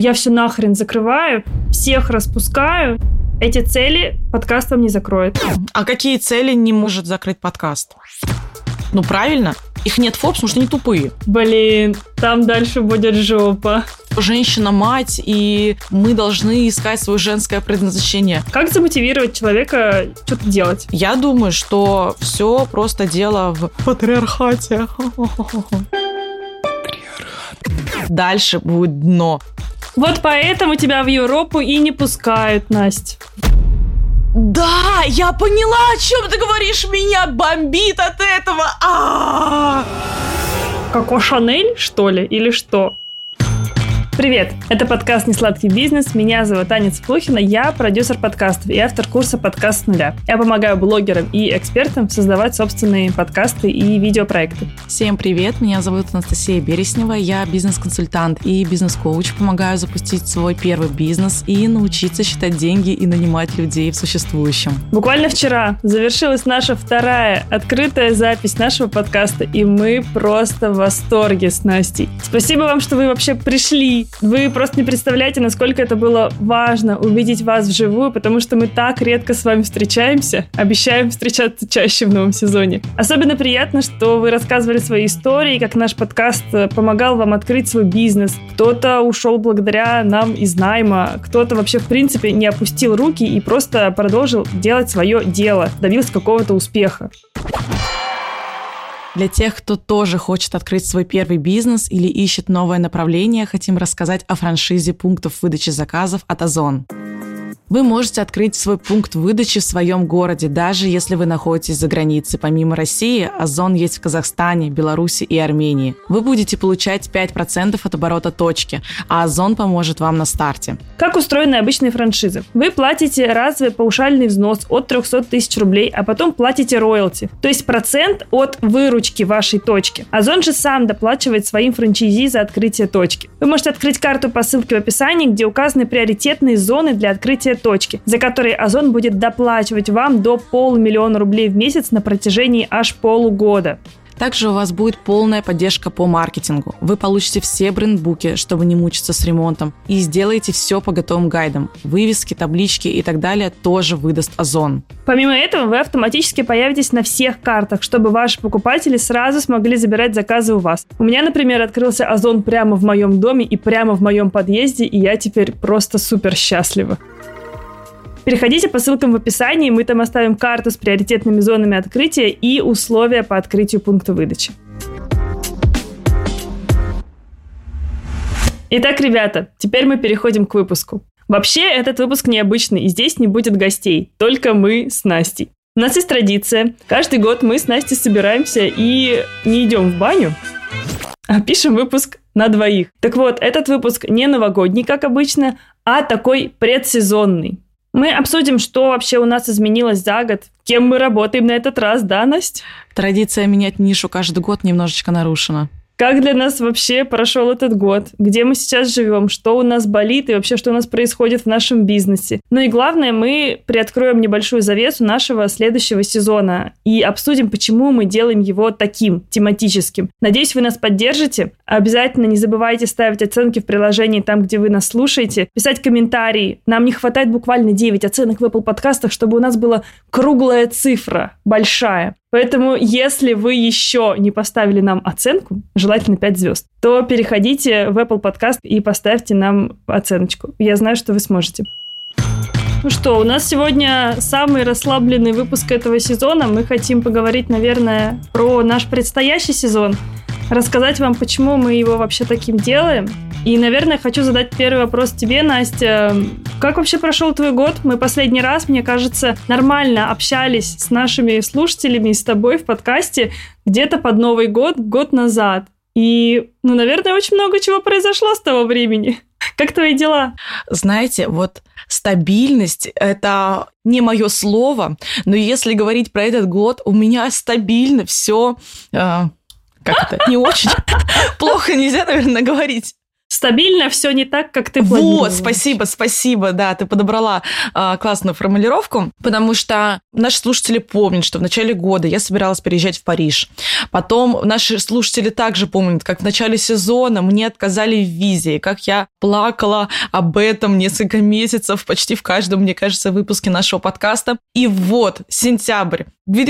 Я все нахрен закрываю, всех распускаю. Эти цели подкаст вам не закроет. А какие цели не может закрыть подкаст? Ну, правильно. Их нет ФОПС, потому что они тупые. Блин, там дальше будет жопа. Женщина-мать, и мы должны искать свое женское предназначение. Как замотивировать человека что-то делать? Я думаю, что все просто дело в патриархате. Дальше будет дно. Вот поэтому тебя в Европу и не пускают, Настя. Да, я поняла, о чем ты говоришь. Меня бомбит от этого. Коко Шанель, что ли, или что? Привет, это подкаст «Несладкий бизнес». Меня зовут Аня Цыплухина, я продюсер подкастов и автор курса «Подкаст с нуля». Я помогаю блогерам и экспертам создавать собственные подкасты и видеопроекты. Всем привет, меня зовут Анастасия Береснева, я бизнес-консультант и бизнес-коуч. Помогаю запустить свой первый бизнес и научиться считать деньги и нанимать людей в существующем. Буквально вчера завершилась наша вторая открытая запись нашего подкаста, и мы просто в восторге с Настей. Спасибо вам, что вы вообще пришли. Вы просто не представляете, насколько это было важно увидеть вас вживую, потому что мы так редко с вами встречаемся. Обещаем встречаться чаще в новом сезоне. Особенно приятно, что вы рассказывали свои истории, как наш подкаст помогал вам открыть свой бизнес. Кто-то ушел благодаря нам из найма, кто-то вообще в принципе не опустил руки и просто продолжил делать свое дело, добился какого-то успеха. Для тех, кто тоже хочет открыть свой первый бизнес или ищет новое направление, хотим рассказать о франшизе пунктов выдачи заказов от Озон. Вы можете открыть свой пункт выдачи в своем городе, даже если вы находитесь за границей. Помимо России, Озон есть в Казахстане, Беларуси и Армении. Вы будете получать 5% от оборота точки, а Озон поможет вам на старте. Как устроены обычные франшизы? Вы платите разовый паушальный взнос от 300 тысяч рублей, а потом платите роялти, то есть процент от выручки вашей точки. Озон же сам доплачивает своим франчайзи за открытие точки. Вы можете открыть карту по ссылке в описании, где указаны приоритетные зоны для открытия точки, за которые Озон будет доплачивать вам до 500 000 рублей в месяц на протяжении аж полугода. Также у вас будет полная поддержка по маркетингу. Вы получите все брендбуки, чтобы не мучиться с ремонтом, и сделаете все по готовым гайдам. Вывески, таблички и так далее тоже выдаст Озон. Помимо этого, вы автоматически появитесь на всех картах, чтобы ваши покупатели сразу смогли забирать заказы у вас. У меня, например, открылся Озон прямо в моем доме и прямо в моем подъезде, и я теперь просто супер счастлива. Переходите по ссылкам в описании, мы там оставим карту с приоритетными зонами открытия и условия по открытию пункта выдачи. Итак, ребята, теперь мы переходим к выпуску. Вообще, этот выпуск необычный, и здесь не будет гостей, только мы с Настей. У нас есть традиция. Каждый год мы с Настей собираемся и не идем в баню, а пишем выпуск на двоих. Так вот, этот выпуск не новогодний, как обычно, а такой предсезонный. Мы обсудим, что вообще у нас изменилось за год, кем мы работаем на этот раз, да, Настя? Традиция менять нишу каждый год немножечко нарушена. Как для нас вообще прошел этот год? Где мы сейчас живем? Что у нас болит и вообще что у нас происходит в нашем бизнесе? Ну и главное, мы приоткроем небольшую завесу нашего следующего сезона и обсудим, почему мы делаем его таким, тематическим. Надеюсь, вы нас поддержите. Обязательно не забывайте ставить оценки в приложении там, где вы нас слушаете, писать комментарии. Нам не хватает буквально 9 оценок в Apple подкастах, чтобы у нас была круглая цифра, большая. Поэтому, если вы еще не поставили нам оценку, желательно 5 звезд, то переходите в Apple Podcast и поставьте нам оценочку. Я знаю, что вы сможете. Ну что, у нас сегодня самый расслабленный выпуск этого сезона. Мы хотим поговорить, наверное, про наш предстоящий сезон, рассказать вам, почему мы его вообще таким делаем. И, наверное, хочу задать первый вопрос тебе, Настя. Как вообще прошел твой год? Мы последний раз, мне кажется, нормально общались с нашими слушателями и с тобой в подкасте где-то под Новый год, год назад. И, наверное, очень много чего произошло с того времени. Как твои дела? Знаете, вот стабильность – это не мое слово, но если говорить про этот год, у меня стабильно все... Как это? Не очень. Плохо нельзя, наверное, говорить. Стабильно все не так, как ты планировала. Вот, спасибо, да, ты подобрала классную формулировку, потому что наши слушатели помнят, что в начале года я собиралась переезжать в Париж. Потом наши слушатели также помнят, как в начале сезона мне отказали в визе, как я плакала об этом несколько месяцев почти в каждом, мне кажется, выпуске нашего подкаста. И вот, сентябрь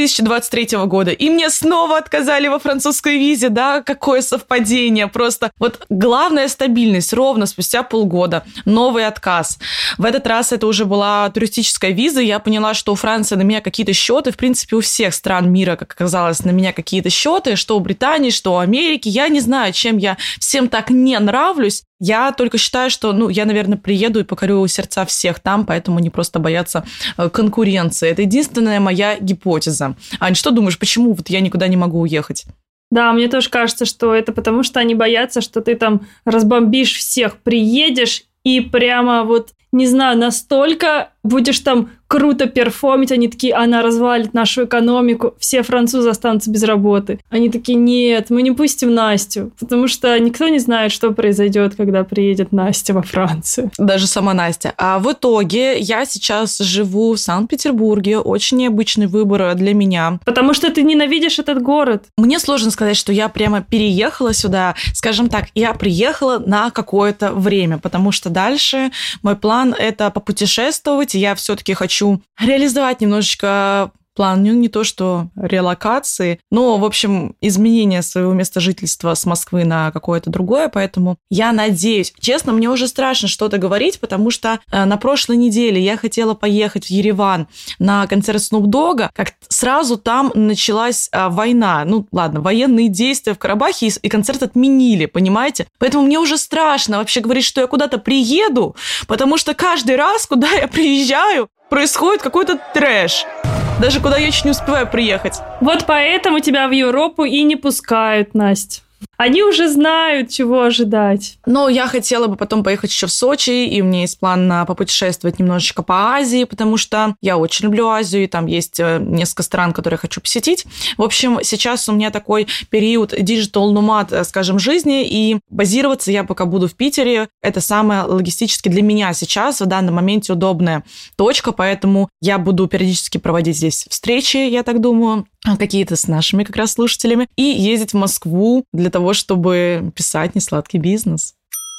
2023 года, и мне снова отказали во французской визе, да, какое совпадение, просто вот главная стабильность, ровно спустя полгода, новый отказ. В этот раз это уже была туристическая виза, я поняла, что у Франции на меня какие-то счеты, в принципе, у всех стран мира, как оказалось, на меня какие-то счеты, что у Британии, что у Америки, я не знаю, чем я всем так не нравлюсь. Я только считаю, что, я, наверное, приеду и покорю сердца всех там, поэтому не просто боятся конкуренции. Это единственная моя гипотеза. Ань, что думаешь, почему вот я никуда не могу уехать? Да, мне тоже кажется, что это потому, что они боятся, что ты там разбомбишь всех, приедешь и прямо вот, не знаю, настолько будешь там круто перформить, они такие, она развалит нашу экономику, все французы останутся без работы. Они такие, нет, мы не пустим Настю, потому что никто не знает, что произойдет, когда приедет Настя во Францию. Даже сама Настя. А в итоге я сейчас живу в Санкт-Петербурге, очень необычный выбор для меня. Потому что ты ненавидишь этот город. Мне сложно сказать, что я прямо переехала сюда. Скажем так, я приехала на какое-то время, потому что дальше мой план – это попутешествовать, и я все-таки хочу реализовать немножечко план, не то что релокации, но, в общем, изменение своего места жительства с Москвы на какое-то другое, поэтому я надеюсь. Честно, мне уже страшно что-то говорить, потому что на прошлой неделе я хотела поехать в Ереван на концерт Snoop Dogg, как сразу там началась война. Военные действия в Карабахе, и концерт отменили, понимаете? Поэтому мне уже страшно вообще говорить, что я куда-то приеду, потому что каждый раз, куда я приезжаю, происходит какой-то трэш. Даже куда я еще не успеваю приехать. Вот поэтому тебя в Европу и не пускают, Настя. Они уже знают, чего ожидать. Но я хотела бы потом поехать еще в Сочи, и у меня есть план попутешествовать немножечко по Азии, потому что я очень люблю Азию, и там есть несколько стран, которые я хочу посетить. В общем, сейчас у меня такой период digital nomad, скажем, жизни, и базироваться я пока буду в Питере. Это самая логистически для меня сейчас в данном моменте удобная точка, поэтому я буду периодически проводить здесь встречи, я так думаю, какие-то с нашими как раз слушателями, и ездить в Москву для того, чтобы писать «Несладкий бизнес».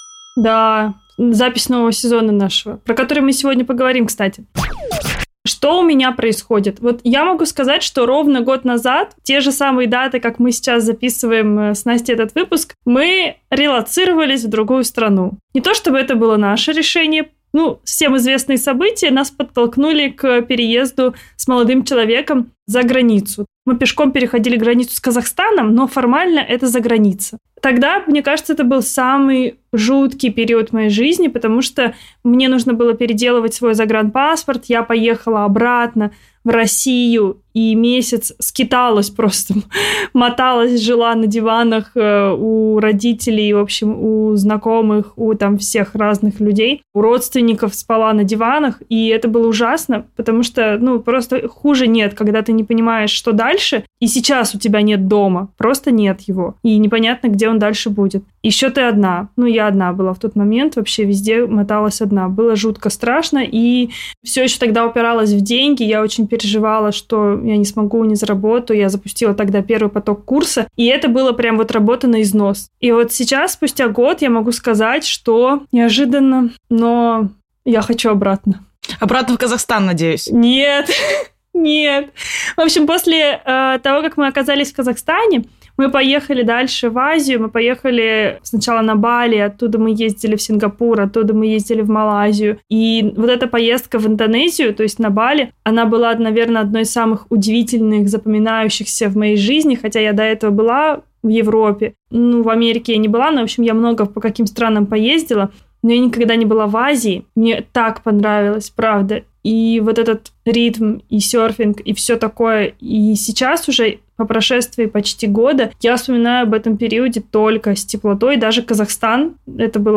Да, запись нового сезона нашего, про который мы сегодня поговорим, кстати. Что у меня происходит? Вот я могу сказать, что ровно год назад, те же самые даты, как мы сейчас записываем с Настей этот выпуск, мы релоцировались в другую страну. Не то чтобы это было наше решение, всем известные события нас подтолкнули к переезду с молодым человеком за границу. Мы пешком переходили границу с Казахстаном, но формально это за граница. Тогда, мне кажется, это был самый жуткий период моей жизни, потому что мне нужно было переделывать свой загранпаспорт. Я поехала обратно в Россию и месяц скиталась просто, моталась, жила на диванах у родителей, в общем, у знакомых, у там всех разных людей, у родственников спала на диванах, и это было ужасно, потому что, просто хуже нет, когда ты не понимаешь, что дальше, и сейчас у тебя нет дома, просто нет его, и непонятно, где он дальше будет. Еще ты одна, я одна была в тот момент, вообще везде моталась одна, было жутко страшно, и все еще тогда упиралась в деньги, я очень переживала, что я не смогу, не заработаю. Я запустила тогда первый поток курса, и это было прям вот работа на износ. И вот сейчас, спустя год, я могу сказать, что неожиданно, но я хочу обратно. Обратно в Казахстан, надеюсь? Нет. В общем, после того, как мы оказались в Казахстане, мы поехали дальше в Азию, мы поехали сначала на Бали, оттуда мы ездили в Сингапур, оттуда мы ездили в Малайзию. И вот эта поездка в Индонезию, то есть на Бали, она была, наверное, одной из самых удивительных, запоминающихся в моей жизни, хотя я до этого была в Европе. В Америке я не была, но, в общем, я много по каким странам поездила, но я никогда не была в Азии. Мне так понравилось, правда. И вот этот ритм, и серфинг, и все такое. И сейчас уже, по прошествии почти года, я вспоминаю об этом периоде только с теплотой. Даже Казахстан, это было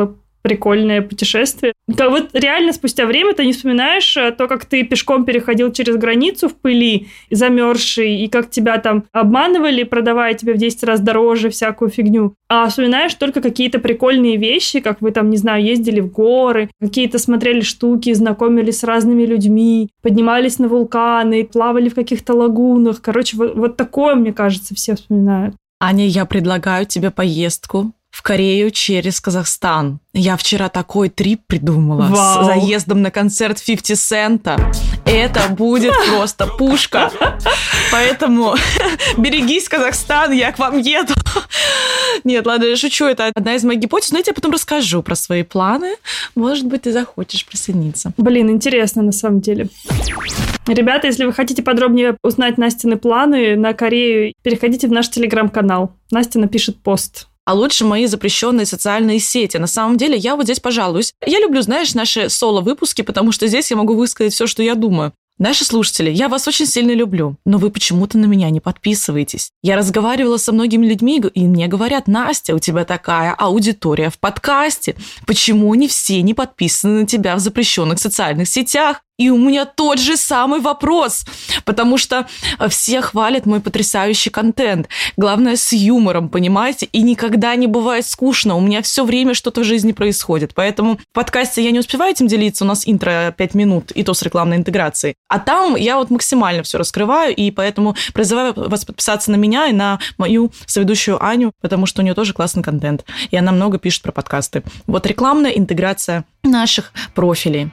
прикольное путешествие. Вот реально спустя время ты не вспоминаешь то, как ты пешком переходил через границу в пыли, замерзший, и как тебя там обманывали, продавая тебе в 10 раз дороже всякую фигню. А вспоминаешь только какие-то прикольные вещи, как вы там, не знаю, ездили в горы, какие-то смотрели штуки, знакомились с разными людьми, поднимались на вулканы, плавали в каких-то лагунах. Короче, вот такое, мне кажется, все вспоминают. Аня, я предлагаю тебе поездку в Корею через Казахстан. Я вчера такой трип придумала. Вау. С заездом на концерт 50 Цента. Это будет просто пушка. Поэтому берегись, Казахстан, я к вам еду. Нет, ладно, я шучу, это одна из моих гипотез, но я тебе потом расскажу про свои планы. Может быть, ты захочешь присоединиться. Блин, интересно на самом деле. Ребята, если вы хотите подробнее узнать Настины планы на Корею, переходите в наш телеграм-канал. Настя напишет пост. А лучше мои запрещенные социальные сети. На самом деле, я вот здесь пожалуюсь. Я люблю, знаешь, наши соло-выпуски, потому что здесь я могу высказать все, что я думаю. Наши слушатели, я вас очень сильно люблю, но вы почему-то на меня не подписываетесь. Я разговаривала со многими людьми, и мне говорят: Настя, у тебя такая аудитория в подкасте. Почему не все не подписаны на тебя в запрещенных социальных сетях? И у меня тот же самый вопрос, потому что все хвалят мой потрясающий контент. Главное, с юмором, понимаете? И никогда не бывает скучно. У меня все время что-то в жизни происходит. Поэтому в подкасте я не успеваю этим делиться. У нас интро 5 минут, и то с рекламной интеграцией. А там я вот максимально все раскрываю, и поэтому призываю вас подписаться на меня и на мою соведущую Аню, потому что у нее тоже классный контент. И она много пишет про подкасты. Вот рекламная интеграция наших профилей.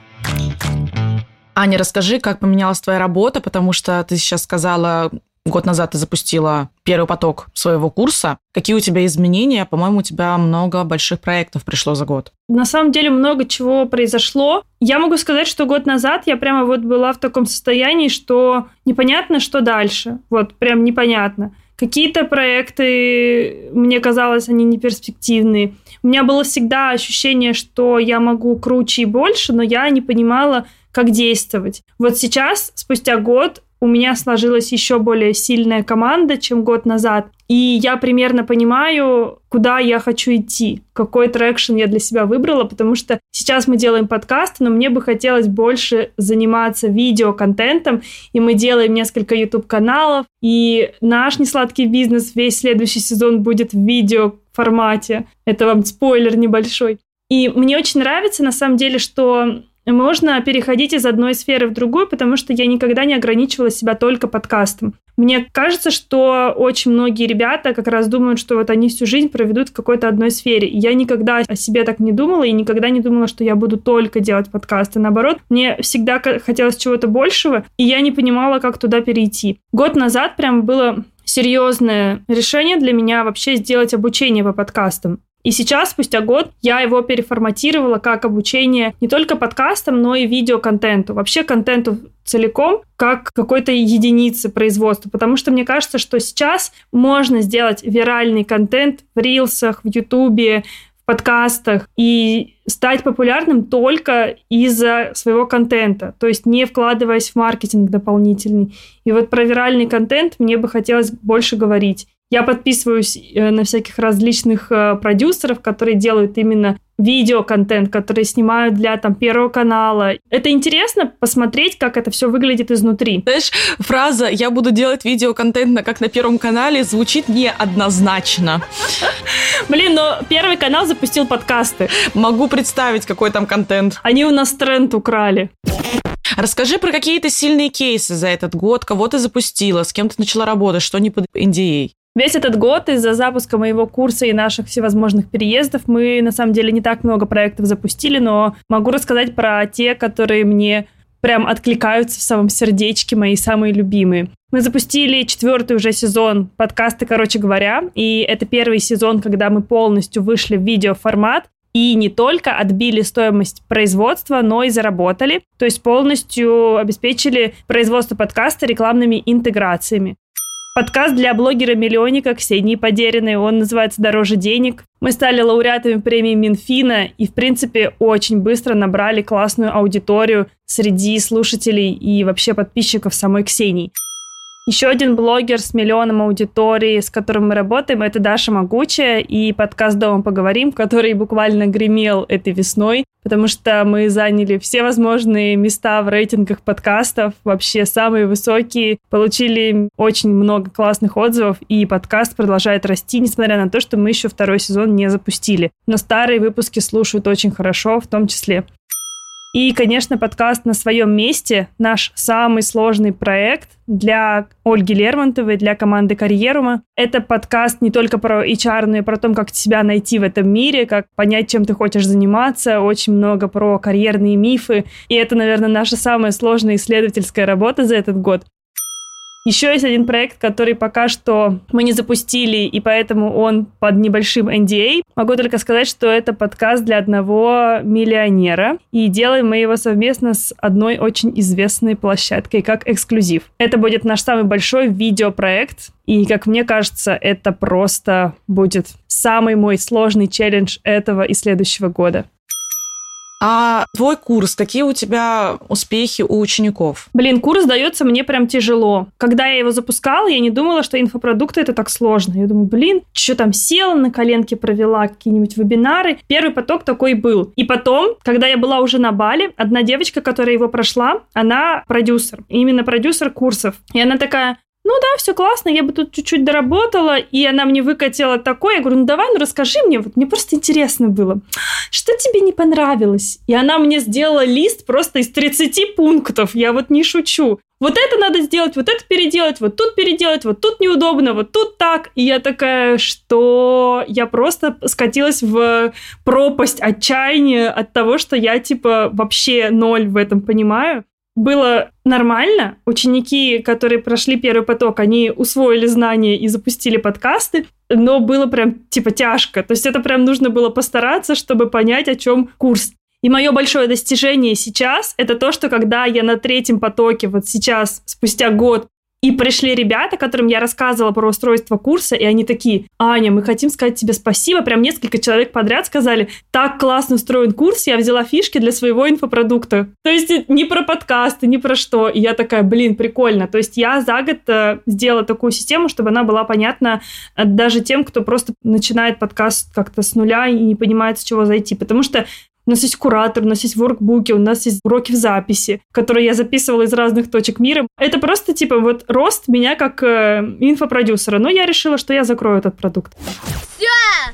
Аня, расскажи, как поменялась твоя работа, потому что ты сейчас сказала, год назад ты запустила первый поток своего курса. Какие у тебя изменения? По-моему, у тебя много больших проектов пришло за год. На самом деле много чего произошло. Я могу сказать, что год назад я прямо вот была в таком состоянии, что непонятно, что дальше. Вот прям непонятно. Какие-то проекты, мне казалось, они неперспективные. У меня было всегда ощущение, что я могу круче и больше, но я не понимала, как действовать. Вот сейчас, спустя год, у меня сложилась еще более сильная команда, чем год назад. И я примерно понимаю, куда я хочу идти, какой трекшн я для себя выбрала, потому что сейчас мы делаем подкасты, но мне бы хотелось больше заниматься видеоконтентом, и мы делаем несколько YouTube-каналов, и наш несладкий бизнес весь следующий сезон будет в видеоформате. Это вам спойлер небольшой. И мне очень нравится, на самом деле, что можно переходить из одной сферы в другую, потому что я никогда не ограничивала себя только подкастом. Мне кажется, что очень многие ребята как раз думают, что вот они всю жизнь проведут в какой-то одной сфере. И я никогда о себе так не думала, и никогда не думала, что я буду только делать подкасты. Наоборот, мне всегда хотелось чего-то большего, и я не понимала, как туда перейти. Год назад прям было серьезное решение для меня вообще сделать обучение по подкастам. И сейчас, спустя год, я его переформатировала как обучение не только подкастам, но и видеоконтенту. Вообще контенту целиком, как какой-то единицы производства. Потому что мне кажется, что сейчас можно сделать виральный контент в рилсах, в Ютубе, в подкастах и стать популярным только из-за своего контента, то есть не вкладываясь в маркетинг дополнительный. И вот про виральный контент мне бы хотелось больше говорить. Я подписываюсь на всяких различных продюсеров, которые делают именно видеоконтент, которые снимают для Первого канала. Это интересно посмотреть, как это все выглядит изнутри. Знаешь, фраза «я буду делать видеоконтент, как на Первом канале» звучит неоднозначно. Блин, но Первый канал запустил подкасты. Могу представить, какой там контент. Они у нас тренд украли. Расскажи про какие-то сильные кейсы за этот год, кого ты запустила, с кем ты начала работать, что не под NDA. Весь этот год из-за запуска моего курса и наших всевозможных переездов мы, на самом деле, не так много проектов запустили, но могу рассказать про те, которые мне прям откликаются в самом сердечке, мои самые любимые. Мы запустили 4-й уже сезон подкаста «Короче говоря», и это первый сезон, когда мы полностью вышли в видеоформат, и не только отбили стоимость производства, но и заработали, то есть полностью обеспечили производство подкаста рекламными интеграциями. Подкаст для блогера-миллионника Ксении Подериной, он называется «Дороже денег». Мы стали лауреатами премии Минфина и, в принципе, очень быстро набрали классную аудиторию среди слушателей и вообще подписчиков самой Ксении. Еще один блогер с миллионом аудитории, с которым мы работаем, это Даша Могучая и подкаст «Дома поговорим», который буквально гремел этой весной, потому что мы заняли все возможные места в рейтингах подкастов, вообще самые высокие, получили очень много классных отзывов, и подкаст продолжает расти, несмотря на то, что мы еще второй сезон не запустили. Но старые выпуски слушают очень хорошо, в том числе. И, конечно, подкаст «На своем месте» — наш самый сложный проект для Ольги Лермонтовой, для команды Карьерума. Это подкаст не только про HR, но и про то, как себя найти в этом мире, как понять, чем ты хочешь заниматься. Очень много про карьерные мифы. И это, наверное, наша самая сложная исследовательская работа за этот год. Еще есть один проект, который пока что мы не запустили, и поэтому он под небольшим NDA. Могу только сказать, что это подкаст для одного миллионера, и делаем мы его совместно с одной очень известной площадкой, как эксклюзив. Это будет наш самый большой видеопроект, и, как мне кажется, это просто будет самый мой сложный челлендж этого и следующего года. А твой курс, какие у тебя успехи у учеников? Курс дается мне прям тяжело. Когда я его запускала, я не думала, что инфопродукты это так сложно. Я думаю, что там села, на коленке провела какие-нибудь вебинары. Первый поток такой был. И потом, когда я была уже на Бали, одна девочка, которая его прошла, она продюсер. Именно продюсер курсов. И она такая: да, все классно, я бы тут чуть-чуть доработала, и она мне выкатила такое. Я говорю, давай, расскажи мне, мне просто интересно было, что тебе не понравилось? И она мне сделала лист просто из 30 пунктов, я не шучу. Вот это надо сделать, вот это переделать, вот тут неудобно, вот тут так. И я такая, что я просто скатилась в пропасть отчаяния от того, что я вообще ноль в этом понимаю. Было нормально. Ученики, которые прошли первый поток, они усвоили знания и запустили подкасты, но было прям тяжко. То есть это прям нужно было постараться, чтобы понять, о чем курс. И мое большое достижение сейчас — это то, что когда я на третьем потоке, сейчас, спустя год, и пришли ребята, которым я рассказывала про устройство курса, и они такие: Аня, мы хотим сказать тебе спасибо. Прям несколько человек подряд сказали: так классно устроен курс, я взяла фишки для своего инфопродукта. То есть не про подкасты, не про что. И я такая, прикольно. То есть я за год сделала такую систему, чтобы она была понятна даже тем, кто просто начинает подкаст как-то с нуля и не понимает, с чего зайти. Потому что у нас есть куратор, у нас есть воркбуки, у нас есть уроки в записи, которые я записывала из разных точек мира. Это просто рост меня как инфопродюсера. Но я решила, что я закрою этот продукт. Все,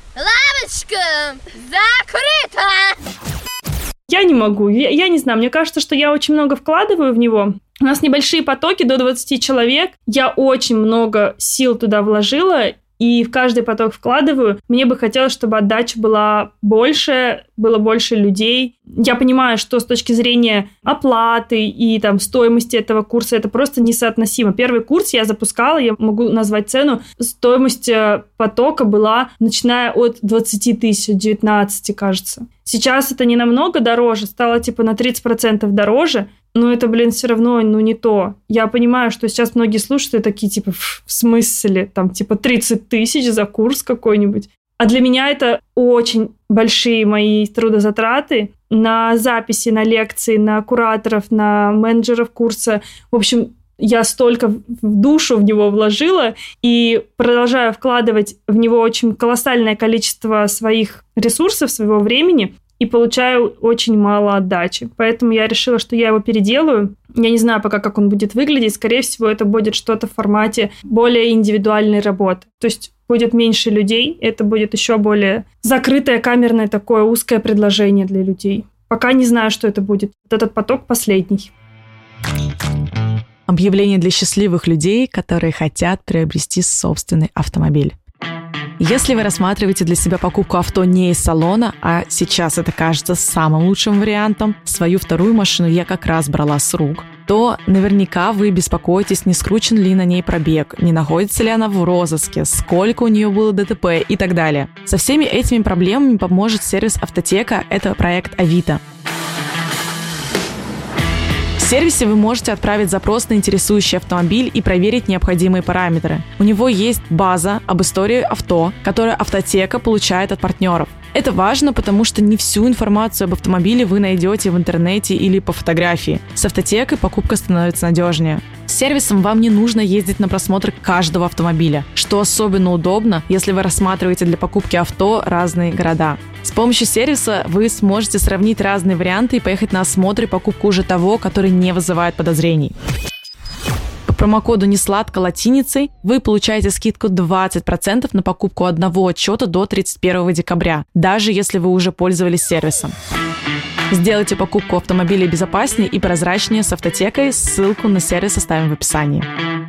лавочка закрыта! Я не могу, я не знаю. Мне кажется, что я очень много вкладываю в него. У нас небольшие потоки, до 20 человек. Я очень много сил туда вложила, и в каждый поток вкладываю. Мне бы хотелось, чтобы отдача была больше, было больше людей. Я понимаю, что с точки зрения оплаты и стоимости этого курса это просто несоотносимо. Первый курс я запускала, я могу назвать цену. Стоимость потока была, начиная от 20 тысяч, 19, кажется. Сейчас это не намного дороже, стало на 30% дороже. Но это, все равно, не то. Я понимаю, что сейчас многие слушают и такие, в смысле, 30 тысяч за курс какой-нибудь. А для меня это очень большие мои трудозатраты на записи, на лекции, на кураторов, на менеджеров курса. В общем, я столько в душу в него вложила и продолжаю вкладывать в него очень колоссальное количество своих ресурсов, своего времени, и получаю очень мало отдачи. Поэтому я решила, что я его переделаю. Я не знаю пока, как он будет выглядеть. Скорее всего, это будет что-то в формате более индивидуальной работы. То есть будет меньше людей, это будет еще более закрытое, камерное, такое узкое предложение для людей. Пока не знаю, что это будет. Вот этот поток последний. Объявление для счастливых людей, которые хотят приобрести собственный автомобиль. Если вы рассматриваете для себя покупку авто не из салона, а сейчас это кажется самым лучшим вариантом, свою вторую машину я как раз брала с рук, то наверняка вы беспокоитесь, не скручен ли на ней пробег, не находится ли она в розыске, сколько у нее было ДТП и так далее. Со всеми этими проблемами поможет сервис «Автотека», это проект Авито. В сервисе вы можете отправить запрос на интересующий автомобиль и проверить необходимые параметры. У него есть база об истории авто, которую Автотека получает от партнеров. Это важно, потому что не всю информацию об автомобиле вы найдете в интернете или по фотографии. С автотекой покупка становится надежнее. С сервисом вам не нужно ездить на просмотр каждого автомобиля, что особенно удобно, если вы рассматриваете для покупки авто разные города. С помощью сервиса вы сможете сравнить разные варианты и поехать на осмотр и покупку уже того, который не вызывает подозрений. По промокоду «Несладко» латиницей вы получаете скидку 20% на покупку одного отчета до 31 декабря, даже если вы уже пользовались сервисом. Сделайте покупку автомобиля безопаснее и прозрачнее с автотекой. Ссылку на сервис оставим в описании.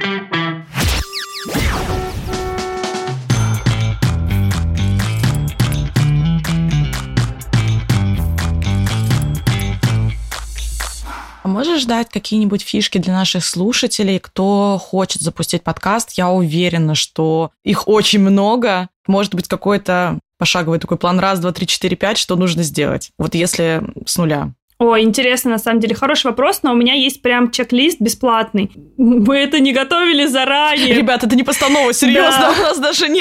А можешь дать какие-нибудь фишки для наших слушателей, кто хочет запустить подкаст? Я уверена, что их очень много. Может быть, какой-то пошаговый такой план: 1, 2, 3, 4, 5, что нужно сделать? Вот если с нуля. Ой, интересно, на самом деле, хороший вопрос, но у меня есть прям чек-лист бесплатный. Мы это не готовили заранее. Ребята, это не постанова, серьезно, да. У нас даже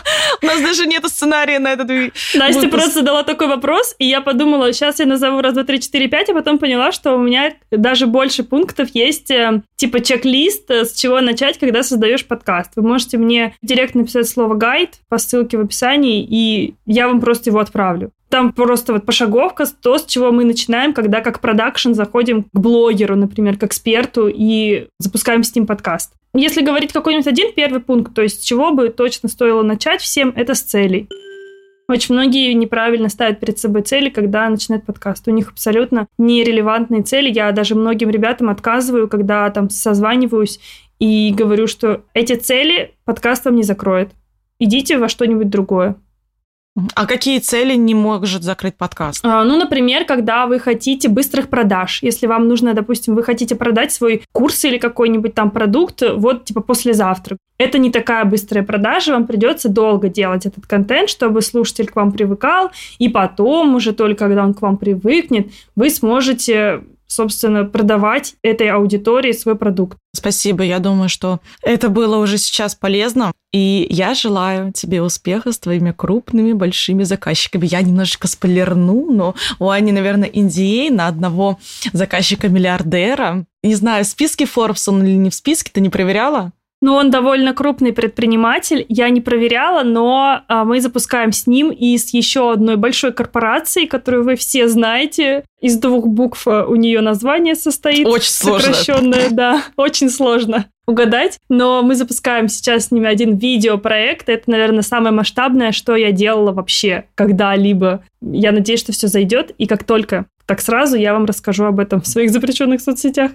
нету сценария на этот Настя выпуск. просто задала такой вопрос, и я подумала, сейчас я назову 1, 2, 3, 4, 5, а потом поняла, что у меня даже больше пунктов есть, типа чек-лист, с чего начать, когда создаешь подкаст. Вы можете мне в директ написать слово «гайд» по ссылке в описании, и я вам просто его отправлю. Там просто вот пошаговка, то, с чего мы начинаем, когда как продакшн заходим к блогеру, например, к эксперту, и запускаем с ним подкаст. Если говорить какой-нибудь один первый пункт, то есть с чего бы точно стоило начать всем, это с целей. Очень многие неправильно ставят перед собой цели, когда начинают подкаст. У них абсолютно нерелевантные цели. Я даже многим ребятам отказываю, когда там созваниваюсь и говорю, что эти цели подкаст вам не закроет. Идите во что-нибудь другое. А какие цели не может закрыть подкаст? Например, когда вы хотите быстрых продаж. Если вам нужно, допустим, вы хотите продать свой курс или какой-нибудь там продукт, вот типа послезавтра. Это не такая быстрая продажа, вам придется долго делать этот контент, чтобы слушатель к вам привыкал, и потом уже только когда он к вам привыкнет, вы сможете, собственно, продавать этой аудитории свой продукт. Спасибо, я думаю, что это было уже сейчас полезно, и я желаю тебе успеха с твоими крупными, большими заказчиками. Я немножечко спойлерну, но у Ани, наверное, NDA на одного заказчика-миллиардера. Не знаю, в списке Forbes он или не в списке, ты не проверяла? Ну, он довольно крупный предприниматель, я не проверяла, но мы запускаем с ним и с еще одной большой корпорацией, которую вы все знаете. Из 2 букв у нее название состоит. Очень сложно. Сокращенное, да, очень сложно угадать. Но мы запускаем сейчас с ними один видеопроект. Это, наверное, самое масштабное, что я делала вообще когда-либо. Я надеюсь, что все зайдет, и как только, так сразу я вам расскажу об этом в своих запрещенных соцсетях.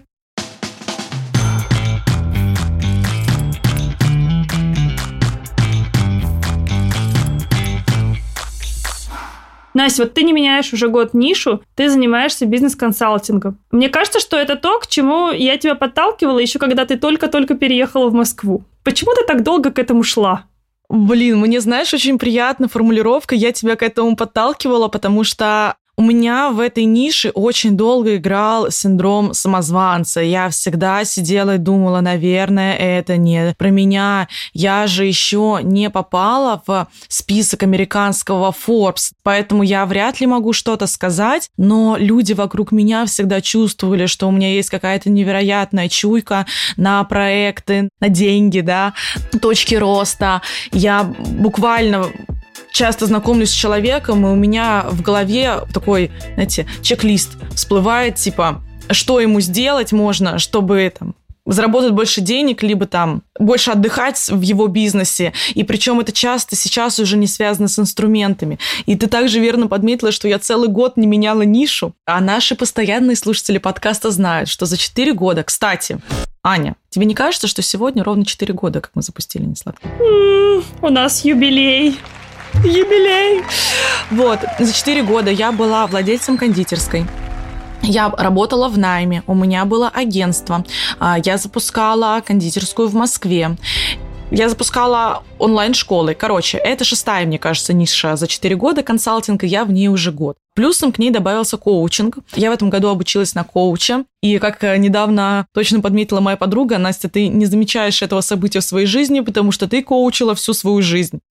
Настя, вот ты не меняешь уже год нишу, ты занимаешься бизнес-консалтингом. Мне кажется, что это то, к чему я тебя подталкивала еще когда ты только-только переехала в Москву. Почему ты так долго к этому шла? Блин, мне, знаешь, очень приятна формулировка. Я тебя к этому подталкивала, потому что у меня в этой нише очень долго играл синдром самозванца. Я всегда сидела и думала, наверное, это не про меня. Я же еще не попала в список американского Forbes, поэтому я вряд ли могу что-то сказать, но люди вокруг меня всегда чувствовали, что у меня есть какая-то невероятная чуйка на проекты, на деньги, да, точки роста. Я буквально часто знакомлюсь с человеком, и у меня в голове такой, знаете, чек-лист всплывает, типа, что ему сделать можно, чтобы там заработать больше денег, либо там больше отдыхать в его бизнесе. И причем это часто сейчас уже не связано с инструментами. И ты также верно подметила, что я целый год не меняла нишу. А наши постоянные слушатели подкаста знают, что за 4 года... Кстати, Аня, тебе не кажется, что сегодня ровно 4 года, как мы запустили «Несладко»? У нас юбилей. Юбилей! Вот, за 4 года я была владельцем кондитерской. Я работала в найме, у меня было агентство. Я запускала кондитерскую в Москве. Я запускала онлайн-школы. Короче, это 6-я, мне кажется, ниша за 4 года консалтинга, я в ней уже год. Плюсом к ней добавился коучинг. Я в этом году обучилась на коуча. И как недавно точно подметила моя подруга, Настя, ты не замечаешь этого события в своей жизни, потому что ты коучила всю свою жизнь.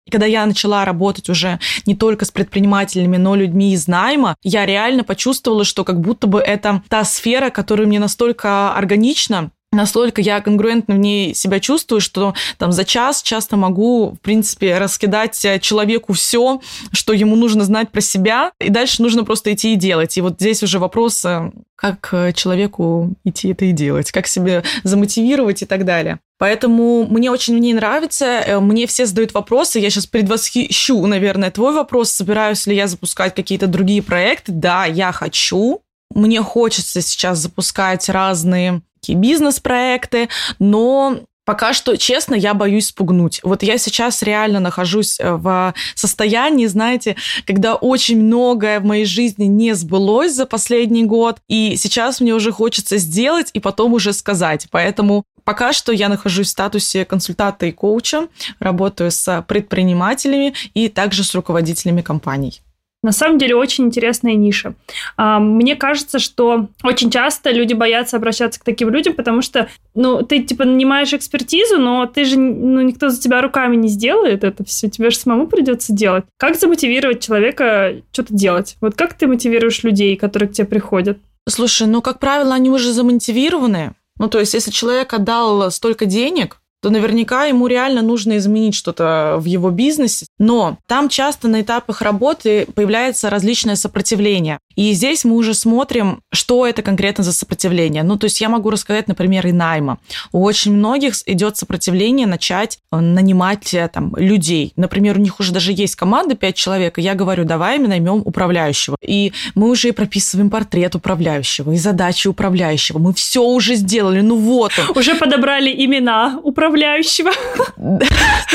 И когда я начала работать уже не только с предпринимателями, но и людьми из найма, я реально почувствовала, что как будто бы это та сфера, которая мне настолько органична, настолько я конгруентно в ней себя чувствую, что там за час часто могу, в принципе, раскидать человеку все, что ему нужно знать про себя, и дальше нужно просто идти и делать. И вот здесь уже вопрос, как человеку идти это и делать, как себя замотивировать и так далее. Поэтому мне очень в ней нравится, мне все задают вопросы, я сейчас предвосхищу, наверное, твой вопрос, собираюсь ли я запускать какие-то другие проекты. Да, я хочу, мне хочется сейчас запускать разные бизнес-проекты, но пока что, честно, я боюсь спугнуть. Вот я сейчас реально нахожусь в состоянии, знаете, когда очень многое в моей жизни не сбылось за последний год, и сейчас мне уже хочется сделать и потом уже сказать. Поэтому пока что я нахожусь в статусе консультанта и коуча, работаю с предпринимателями и также с руководителями компаний. На самом деле очень интересная ниша. Мне кажется, что очень часто люди боятся обращаться к таким людям, потому что, ты нанимаешь экспертизу, но ты же, никто за тебя руками не сделает это все, тебе же самому придется делать. Как замотивировать человека что-то делать? Вот как ты мотивируешь людей, которые к тебе приходят? Слушай, как правило, они уже замотивированы. То есть, если человек отдал столько денег, то наверняка ему реально нужно изменить что-то в его бизнесе. Но там часто на этапах работы появляется различное сопротивление. И здесь мы уже смотрим, что это конкретно за сопротивление. То есть я могу рассказать, например, и найма. У очень многих идет сопротивление начать нанимать людей. Например, у них уже даже есть команда 5 человек, и я говорю, давай мы наймем управляющего. И мы уже и прописываем портрет управляющего, и задачи управляющего. Мы все уже сделали, вот он. Уже подобрали имена управляющего. Да.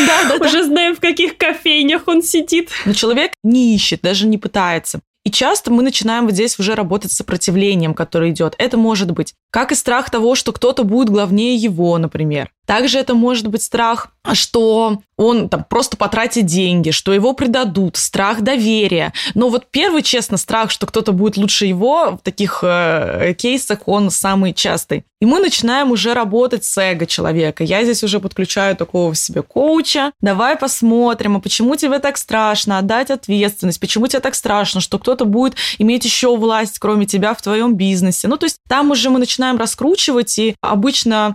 Уже знаем, в каких кофейнях он сидит. Но человек не ищет, даже не пытается. И часто мы начинаем вот здесь уже работать с сопротивлением, которое идет. Это может быть как и страх того, что кто-то будет главнее его, например. Также это может быть страх, что он просто потратит деньги, что его предадут, страх доверия. Но вот первый, честно, страх, что кто-то будет лучше его, в таких кейсах он самый частый. И мы начинаем уже работать с эго человека. Я здесь уже подключаю такого в себе коуча. Давай посмотрим, а почему тебе так страшно отдать ответственность? Почему тебе так страшно, что кто-то будет иметь еще власть, кроме тебя, в твоем бизнесе? То есть там уже мы начинаем раскручивать, и обычно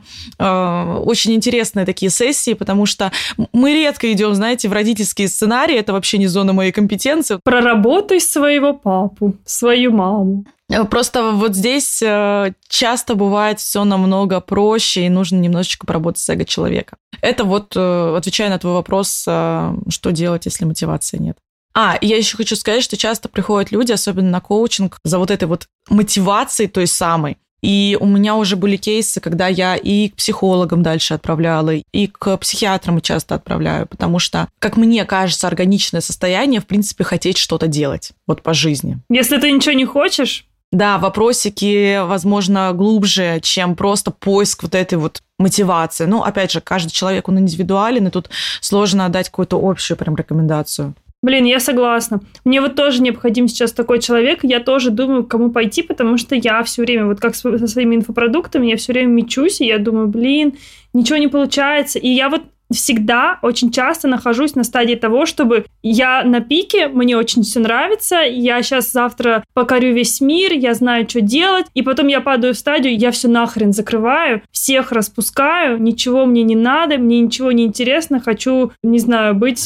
очень интересные такие сессии, потому что мы редко идем, знаете, в родительские сценарии, это вообще не зона моей компетенции. Проработай своего папу, свою маму. Просто вот здесь часто бывает все намного проще, и нужно немножечко поработать с эго человека. Это вот, отвечая на твой вопрос, что делать, если мотивации нет. Я еще хочу сказать, что часто приходят люди, особенно на коучинг, за вот этой вот мотивацией той самой. И у меня уже были кейсы, когда я и к психологам дальше отправляла, и к психиатрам часто отправляю, потому что, как мне кажется, органичное состояние, в принципе, хотеть что-то делать вот по жизни. Если ты ничего не хочешь? Да, вопросики, возможно, глубже, чем просто поиск вот этой вот мотивации. Опять же, каждый человек, он индивидуален, и тут сложно дать какую-то общую прям рекомендацию. Блин, я согласна. Мне вот тоже необходим сейчас такой человек. Я тоже думаю, к кому пойти, потому что я все время, вот как со своими инфопродуктами, я все время мечусь, и я думаю, ничего не получается. И я вот всегда, очень часто нахожусь на стадии того, чтобы я на пике, мне очень все нравится, я сейчас завтра покорю весь мир, я знаю, что делать, и потом я падаю в стадию, я все нахрен закрываю, всех распускаю, ничего мне не надо, мне ничего не интересно, хочу, не знаю, быть...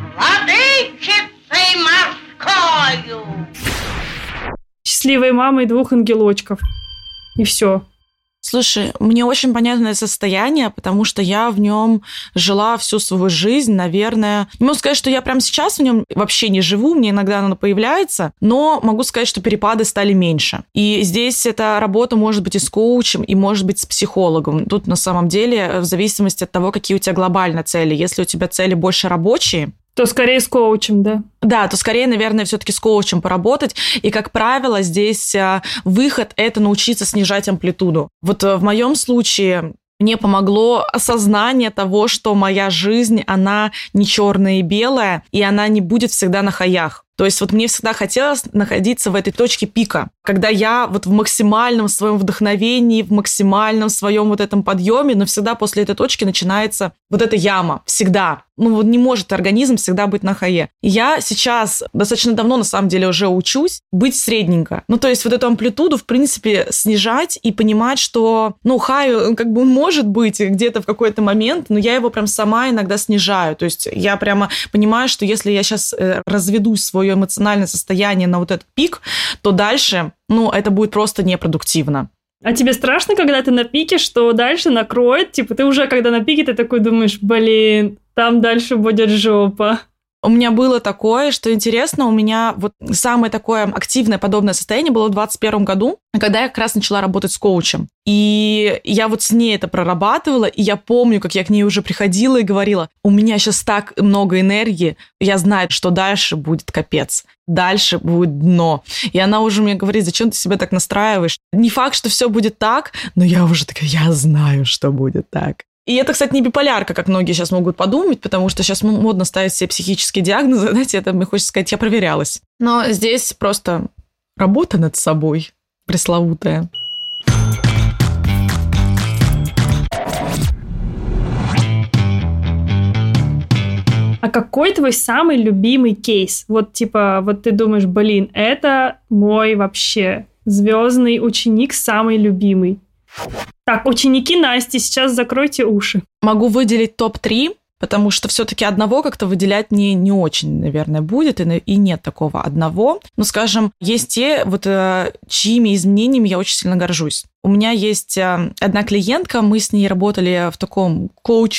счастливой мамой 2 ангелочков. И все. Слушай, мне очень понятное состояние, потому что я в нем жила всю свою жизнь, наверное. Не могу сказать, что я прямо сейчас в нем вообще не живу, мне иногда оно появляется, но могу сказать, что перепады стали меньше. И здесь эта работа может быть и с коучем, и может быть с психологом. Тут на самом деле в зависимости от того, какие у тебя глобально цели. Если у тебя цели больше рабочие, то скорее с коучем, да? Да, то скорее, наверное, все-таки с коучем поработать. И, как правило, здесь выход – это научиться снижать амплитуду. Вот в моем случае мне помогло осознание того, что моя жизнь, она не черная и белая, и она не будет всегда на хаях. То есть вот мне всегда хотелось находиться в этой точке пика, когда я вот в максимальном своем вдохновении, в максимальном своем вот этом подъеме, но всегда после этой точки начинается вот эта яма. Всегда. Ну вот не может организм всегда быть на хае. И я сейчас достаточно давно, на самом деле, уже учусь быть средненько. Ну то есть вот эту амплитуду, в принципе, снижать и понимать, что, ну, хай, как бы он может быть где-то в какой-то момент, но я его прям сама иногда снижаю. То есть я прямо понимаю, что если я сейчас разведу свое эмоциональное состояние на вот этот пик, то дальше, ну, это будет просто непродуктивно. А тебе страшно, когда ты на пике, что дальше накроет? Типа ты уже, когда на пике, ты такой думаешь, блин, там дальше будет жопа. У меня было такое, что интересно, у меня вот самое такое активное подобное состояние было в 2021 году, когда я как раз начала работать с коучем. И я вот с ней это прорабатывала, и я помню, как я к ней уже приходила и говорила, у меня сейчас так много энергии, я знаю, что дальше будет капец. Дальше будет дно. И она уже мне говорит, зачем ты себя так настраиваешь? Не факт, что все будет так, но я уже такая, я знаю, что будет так. И это, кстати, не биполярка, как многие сейчас могут подумать, потому что сейчас модно ставить себе психические диагнозы. Знаете, это мне хочется сказать, я проверялась. Но здесь просто работа над собой пресловутая. А какой твой самый любимый кейс? Вот типа, вот ты думаешь, блин, это мой вообще звездный ученик, самый любимый. Так, ученики Насти, сейчас закройте уши. Могу выделить топ-3, потому что все-таки одного как-то выделять не очень, наверное, будет, и нет такого одного. Но, скажем, есть те, вот, чьими изменениями я очень сильно горжусь. У меня есть одна клиентка, мы с ней работали в таком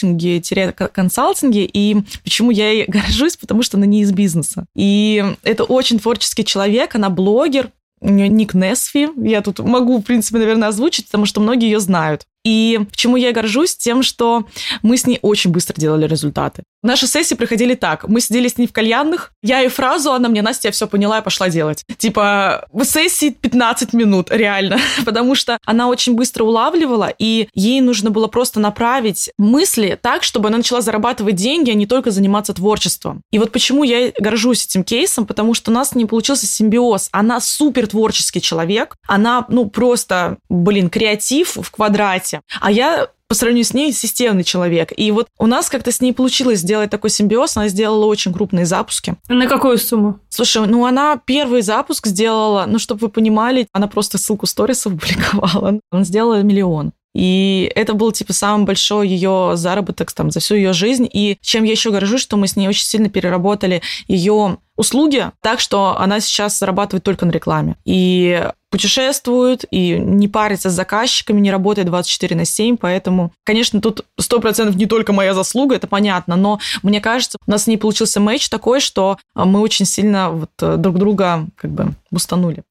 коучинге-консалтинге, и почему я ей горжусь? Потому что она не из бизнеса. И это очень творческий человек, она блогер, у нее ник Несфи, я тут могу, в принципе, наверное, озвучить, потому что многие ее знают. И почему я горжусь? Тем, что мы с ней очень быстро делали результаты. Наши сессии проходили так. Мы сидели с ней в кальянных, я ей фразу, она мне, Настя, я все поняла и пошла делать. Типа, в сессии 15 минут, реально. Потому что она очень быстро улавливала, и ей нужно было просто направить мысли так, чтобы она начала зарабатывать деньги, а не только заниматься творчеством. И вот почему я горжусь этим кейсом, потому что у нас не получился симбиоз. Она супер творческий человек, она, просто, креатив в квадрате. А я по сравнению с ней системный человек. И вот у нас как-то с ней получилось сделать такой симбиоз. Она сделала очень крупные запуски. На какую сумму? Слушай, она первый запуск сделала, чтобы вы понимали, она просто ссылку сториса опубликовала. Она сделала 1 миллион. И это был, самый большой ее заработок за всю ее жизнь. И чем я еще горжусь, что мы с ней очень сильно переработали ее услуги так, что она сейчас зарабатывает только на рекламе. И путешествует, и не парится с заказчиками, не работает 24/7, поэтому, конечно, тут 100% не только моя заслуга, это понятно, но мне кажется, у нас с ней получился матч такой, что мы очень сильно друг друга бустанули.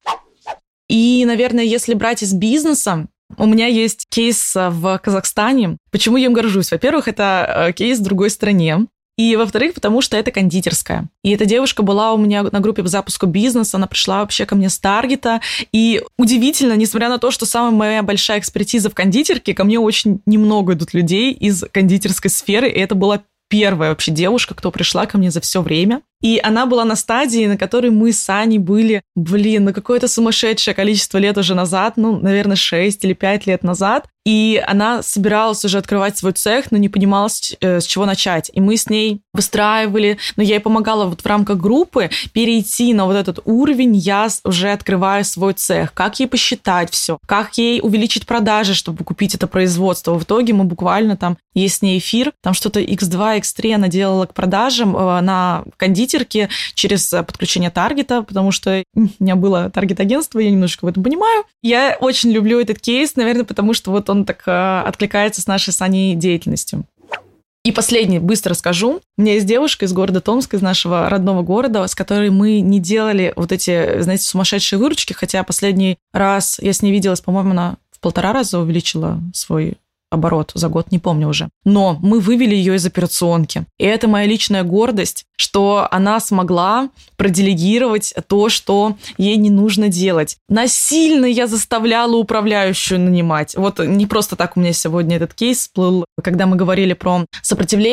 И, наверное, если брать из бизнеса, у меня есть кейс в Казахстане. Почему я им горжусь? Во-первых, это кейс в другой стране. И, во-вторых, потому что это кондитерская. И эта девушка была у меня на группе по запуску бизнеса, она пришла вообще ко мне с таргета. И удивительно, несмотря на то, что самая моя большая экспертиза в кондитерке, ко мне очень немного идут людей из кондитерской сферы, и это была первая вообще девушка, кто пришла ко мне за все время. И она была на стадии, на которой мы с Аней были, какое-то сумасшедшее количество лет уже назад, наверное, 6 или 5 лет назад. И она собиралась уже открывать свой цех, но не понимала, с чего начать. И мы с ней выстраивали, но я ей помогала в рамках группы перейти на этот уровень, я уже открываю свой цех, как ей посчитать все, как ей увеличить продажи, чтобы купить это производство. В итоге мы буквально есть с ней эфир, там что-то X2, X3 она делала к продажам на кондитерке через подключение таргета, потому что у меня было таргет-агентство, я немножечко в этом понимаю. Я очень люблю этот кейс, наверное, потому что он так откликается с нашей с Аней деятельностью. И последний, быстро скажу. У меня есть девушка из города Томска, из нашего родного города, с которой мы не делали эти, знаете, сумасшедшие выручки, хотя последний раз я с ней виделась, по-моему, она в 1,5 раза увеличила свой оборот за год, не помню уже. Но мы вывели ее из операционки. И это моя личная гордость, что она смогла проделегировать то, что ей не нужно делать. Насильно я заставляла управляющую нанимать. Не просто так у меня сегодня этот кейс всплыл, когда мы говорили про сопротивление.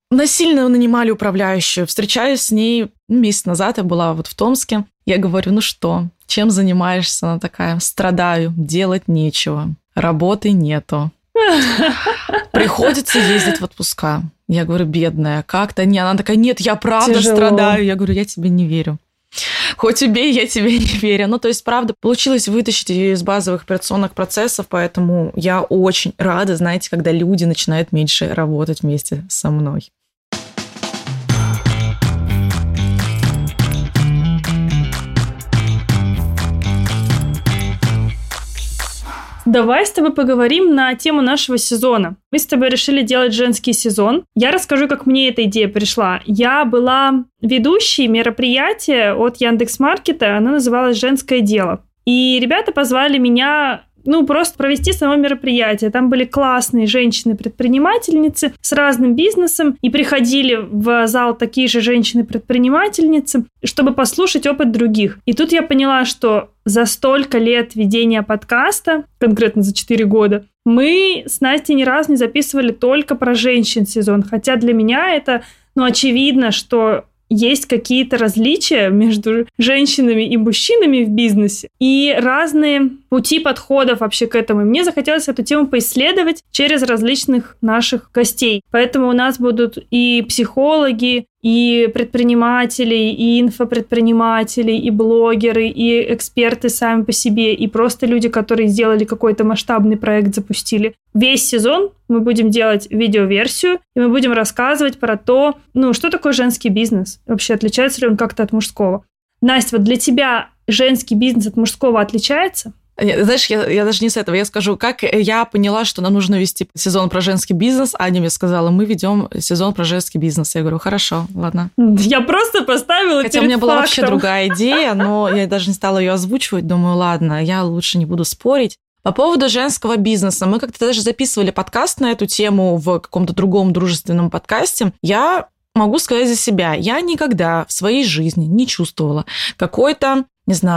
насильно нанимали управляющую. Встречаюсь с ней месяц назад, я была вот в Томске. Я говорю, ну что, чем занимаешься? Она такая, страдаю, делать нечего, работы нету. Приходится ездить в отпуска. Я говорю, бедная, как-то не. Она такая, нет, я правда страдаю. Я говорю, я тебе не верю. Хоть убей, я тебе не верю. Ну, то есть, правда, получилось вытащить ее из базовых операционных процессов, поэтому я очень рада, знаете, когда люди начинают меньше работать вместе со мной. Давай с тобой поговорим на тему нашего сезона. Мы с тобой решили делать женский сезон. Я расскажу, как мне эта идея пришла. Я была ведущей мероприятия от Яндекс.Маркета, оно называлось «Женское дело». И ребята позвали меня, просто провести само мероприятие. Там были классные женщины-предпринимательницы с разным бизнесом, и приходили в зал такие же женщины-предпринимательницы, чтобы послушать опыт других. И тут я поняла, что за столько лет ведения подкаста, конкретно за 4 года, мы с Настей ни разу не записывали только про женщин сезон. Хотя для меня это, очевидно, что есть какие-то различия между женщинами и мужчинами в бизнесе и разные пути подходов вообще к этому. И мне захотелось эту тему поисследовать через различных наших гостей. Поэтому у нас будут и психологи, и предприниматели, и инфопредприниматели, и блогеры, и эксперты сами по себе, и просто люди, которые сделали какой-то масштабный проект, запустили. Весь сезон мы будем делать видеоверсию, и мы будем рассказывать про то, что такое женский бизнес, вообще отличается ли он как-то от мужского. Настя, вот для тебя женский бизнес от мужского отличается? Знаешь, я даже не с этого. Я скажу, как я поняла, что нам нужно вести сезон про женский бизнес. Аня мне сказала, мы ведем сезон про женский бизнес. Я говорю, хорошо, ладно. Я просто поставила Хотя перед у меня была фактом. вообще другая идея, но я даже не стала ее озвучивать. Думаю, ладно, я лучше не буду спорить. По поводу женского бизнеса. Мы как-то даже записывали подкаст на эту тему в каком-то другом дружественном подкасте. Я могу сказать за себя. Я никогда в своей жизни не чувствовала какого-то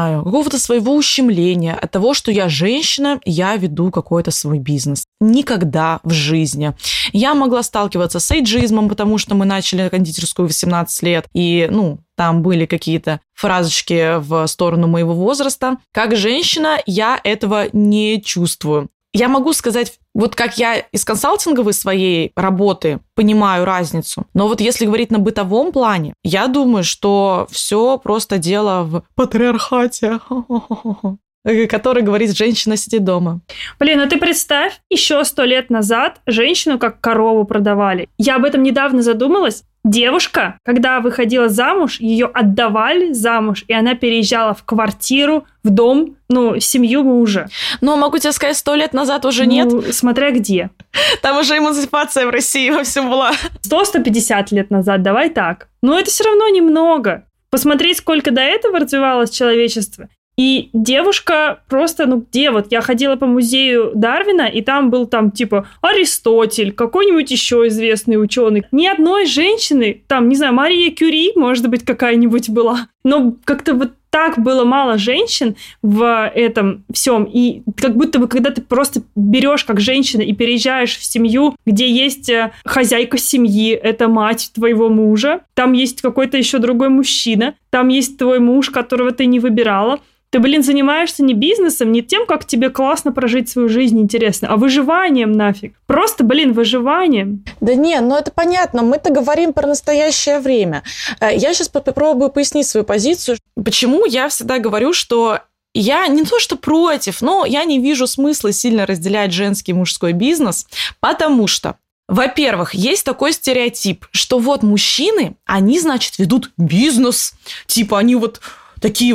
своего ущемления от того, что я женщина, я веду какой-то свой бизнес. Никогда в жизни. Я могла сталкиваться с эйджизмом, потому что мы начали кондитерскую в 18 лет, и, там были какие-то фразочки в сторону моего возраста. Как женщина я этого не чувствую. Я могу сказать, вот как я из консалтинговой своей работы понимаю разницу, но вот если говорить на бытовом плане, я думаю, что все просто дело в патриархате, который говорит, женщина сидит дома. Блин, ты представь, еще 100 лет назад женщину как корову продавали. Я об этом недавно задумалась. Девушка, когда выходила замуж, ее отдавали замуж, и она переезжала в квартиру, в дом, семью мужа. Но могу тебе сказать, 100 лет назад уже нет. Смотря где. Там уже эмансипация в России во всем была. 100-150 лет назад, давай так. Но это все равно немного. Посмотреть, сколько до этого развивалось человечество. И девушка просто, где вот? Я ходила по музею Дарвина, и там был Аристотель, какой-нибудь еще известный ученый. Ни одной женщины, Мария Кюри, может быть, какая-нибудь была. Но как-то вот так было мало женщин в этом всем. И как будто бы, когда ты просто берешь как женщина и переезжаешь в семью, где есть хозяйка семьи, это мать твоего мужа, там есть какой-то еще другой мужчина, там есть твой муж, которого ты не выбирала. Ты, занимаешься не бизнесом, не тем, как тебе классно прожить свою жизнь, интересно, а выживанием нафиг. Просто, выживанием. Да не, это понятно. Мы-то говорим про настоящее время. Я сейчас попробую пояснить свою позицию. Почему я всегда говорю, что я не то что против, но я не вижу смысла сильно разделять женский и мужской бизнес, потому что, во-первых, есть такой стереотип, что вот мужчины, они, ведут бизнес, они такие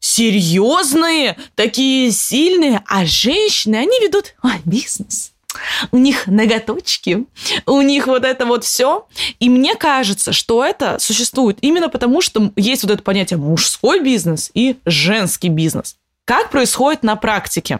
серьезные, такие сильные, а женщины, они ведут бизнес. У них ноготочки, у них это все. И мне кажется, что это существует именно потому, что есть это понятие мужской бизнес и женский бизнес. Как происходит на практике?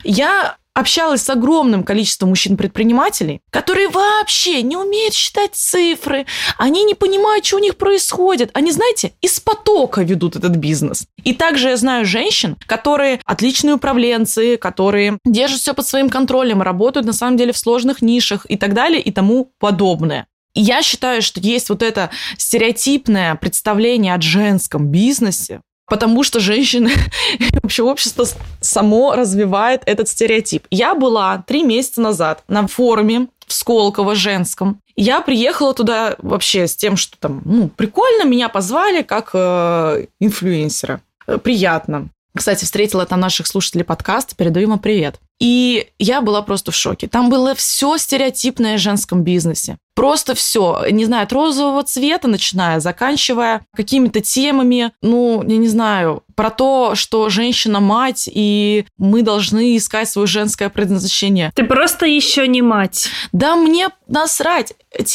Я общалась с огромным количеством мужчин-предпринимателей, которые вообще не умеют считать цифры, они не понимают, что у них происходит. Они, из потока ведут этот бизнес. И также я знаю женщин, которые отличные управленцы, которые держат все под своим контролем, работают на самом деле в сложных нишах и так далее и тому подобное. И я считаю, что есть вот это стереотипное представление о женском бизнесе, потому что женщины, вообще общество само развивает этот стереотип. Я была 3 месяца назад на форуме в Сколково женском. Я приехала туда вообще с тем, что там, прикольно, меня позвали как инфлюенсера. Приятно. Кстати, встретила там наших слушателей подкаста, передаю им привет. И я была просто в шоке. Там было все стереотипное в женском бизнесе. Просто все, не знаю, от розового цвета, начиная, заканчивая какими-то темами, я не знаю, про то, что женщина-мать, и мы должны искать свое женское предназначение. Ты просто еще не мать. Да мне насрать.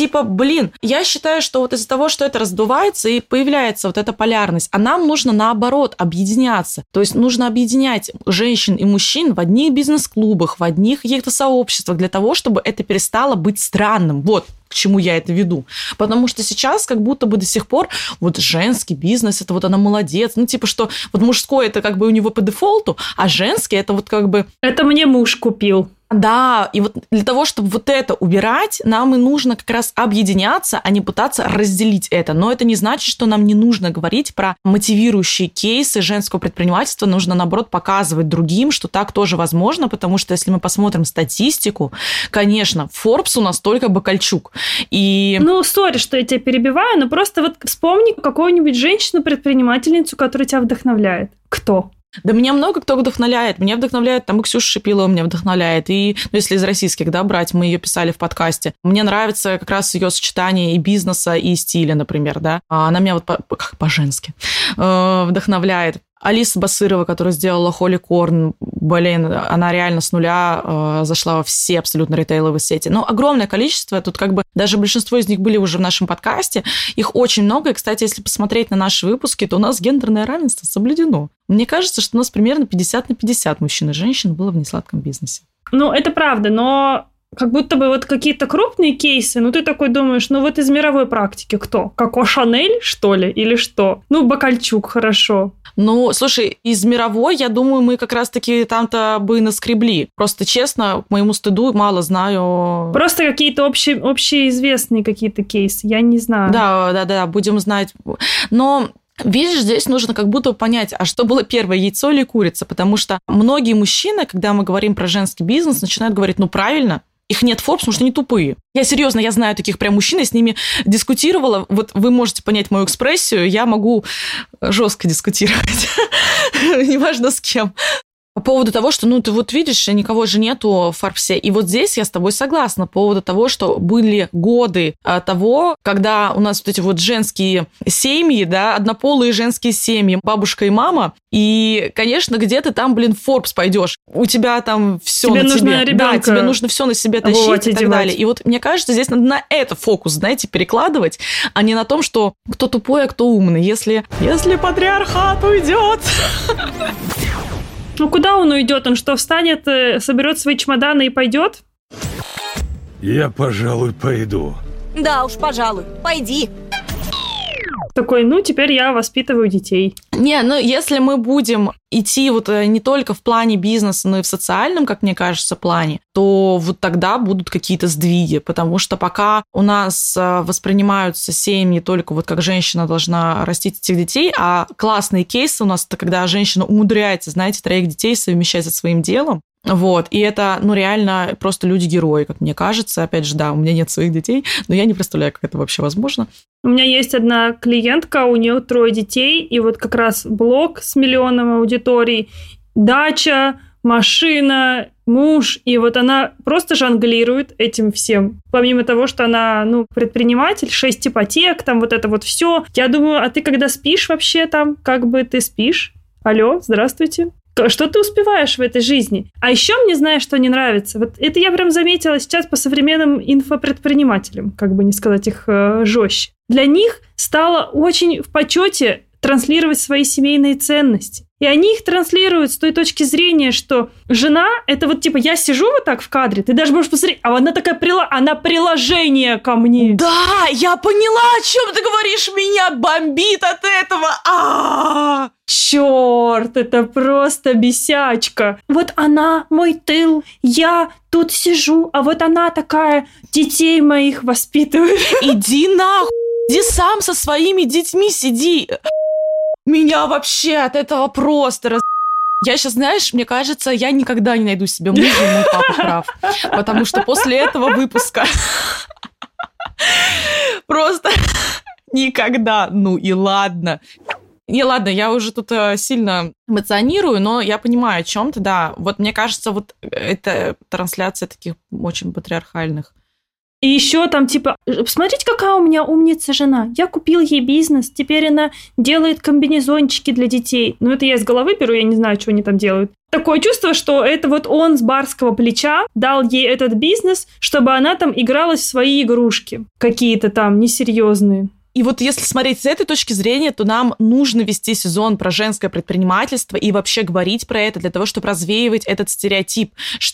Я считаю, что вот из-за того, что это раздувается и появляется вот эта полярность, а нам нужно, наоборот, объединяться. То есть нужно объединять женщин и мужчин в одних бизнес-клубах, в одних каких-то сообществах для того, чтобы это перестало быть странным. Вот к чему я это веду. Потому что сейчас как будто бы до сих пор вот женский бизнес, это вот она молодец. Что вот мужской это как бы у него по дефолту, а женский это вот как бы... Это мне муж купил. Да, и вот для того, чтобы вот это убирать, нам и нужно как раз объединяться, а не пытаться разделить это. Но это не значит, что нам не нужно говорить про мотивирующие кейсы женского предпринимательства. Нужно, наоборот, показывать другим, что так тоже возможно, потому что если мы посмотрим статистику, конечно, Forbes у нас только Бакальчук. И... сори, что я тебя перебиваю, но просто вот вспомни какую-нибудь женщину-предпринимательницу, которая тебя вдохновляет. Кто? Да меня много кто вдохновляет. Меня вдохновляет, и Ксюша Шипилова меня вдохновляет. И, если из российских, брать, мы ее писали в подкасте. Мне нравится как раз ее сочетание и бизнеса, и стиля, например, да. Она меня вот по-женски вдохновляет. Алиса Басырова, которая сделала Холли Корн, она реально с нуля зашла во все абсолютно ритейловые сети. Но огромное количество, тут даже большинство из них были уже в нашем подкасте, их очень много. И, кстати, если посмотреть на наши выпуски, то у нас гендерное равенство соблюдено. Мне кажется, что у нас примерно 50/50 мужчин и женщин было в несладком бизнесе. Это правда, но... Как будто бы вот какие-то крупные кейсы, ты такой думаешь, вот из мировой практики кто? Коко Шанель, что ли, или что? Бакальчук, хорошо. Слушай, из мировой, я думаю, мы как раз-таки там-то бы наскребли. Просто, честно, к моему стыду мало знаю. Просто какие-то общеизвестные какие-то кейсы, я не знаю. Да, будем знать. Но... Видишь, здесь нужно как будто понять, а что было первое, яйцо или курица? Потому что многие мужчины, когда мы говорим про женский бизнес, начинают говорить, правильно, их нет в Forbes, потому что они тупые. Я серьезно, я знаю таких прям мужчин, я с ними дискутировала. Вот вы можете понять мою экспрессию, я могу жестко дискутировать, неважно с кем. По поводу того, что, ты вот видишь, никого же нету в Форбсе. И вот здесь я с тобой согласна. По поводу того, что были годы того, когда у нас вот эти вот женские семьи, да, однополые женские семьи, бабушка и мама. И, конечно, где ты там, в Forbes пойдешь. У тебя там все на тебе. Да, тебе нужно все на себе тащить и так далее. И вот мне кажется, здесь надо на это фокус, знаете, перекладывать, а не на том, что кто тупой, а кто умный. Если патриархат уйдет... Куда он уйдет? Он что, встанет, соберет свои чемоданы и пойдет? Я, пожалуй, пойду. Да уж, пожалуй, пойди. Такой, теперь я воспитываю детей. Если мы будем идти вот не только в плане бизнеса, но и в социальном, как мне кажется, плане, то вот тогда будут какие-то сдвиги, потому что пока у нас воспринимаются семьи только вот как женщина должна растить этих детей, а классные кейсы у нас это когда женщина умудряется, 3 детей совмещать со своим делом. Вот, и это, реально просто люди-герои, как мне кажется. Опять же, да, у меня нет своих детей, но я не представляю, как это вообще возможно. У меня есть одна клиентка, у нее 3 детей, и вот как раз блог с миллионом аудиторий, дача, машина, муж, и вот она просто жонглирует этим всем. Помимо того, что она, предприниматель, 6 ипотек, там вот это вот все. Я думаю, а ты когда спишь вообще там, как бы ты спишь? Алло, здравствуйте. Что ты успеваешь в этой жизни? А еще мне, знаешь, что не нравится? Вот это я прям заметила сейчас по современным инфопредпринимателям, как бы не сказать их жестче. Для них стало очень в почете транслировать свои семейные ценности. И они их транслируют с той точки зрения, что жена – это вот типа я сижу вот так в кадре, ты даже можешь посмотреть, а она такая, она приложение ко мне. Да, я поняла, о чем ты говоришь, меня бомбит от этого. Черт, это просто бесячка. Вот она мой тыл, я тут сижу, а вот она такая детей моих воспитывает. Иди нахуй, иди сам со своими детьми сиди. Меня вообще от этого просто Я сейчас, знаешь, мне кажется, я никогда не найду себе мужа, и мой папа прав. Потому что после этого выпуска просто никогда. Ну и ладно. Не, ладно, я уже тут сильно эмоционирую, но я понимаю о чем-то, да. Вот мне кажется, вот это трансляция таких очень патриархальных. И еще там типа, посмотрите, какая у меня умница жена. Я купил ей бизнес, теперь она делает комбинезончики для детей. Ну, это я из головы беру, я не знаю, что они там делают. Такое чувство, что это вот он с барского плеча дал ей этот бизнес, чтобы она там игралась в свои игрушки. Какие-то там несерьезные. И вот если смотреть с этой точки зрения, то нам нужно вести сезон про женское предпринимательство и вообще говорить про это для того, чтобы развеивать этот стереотип,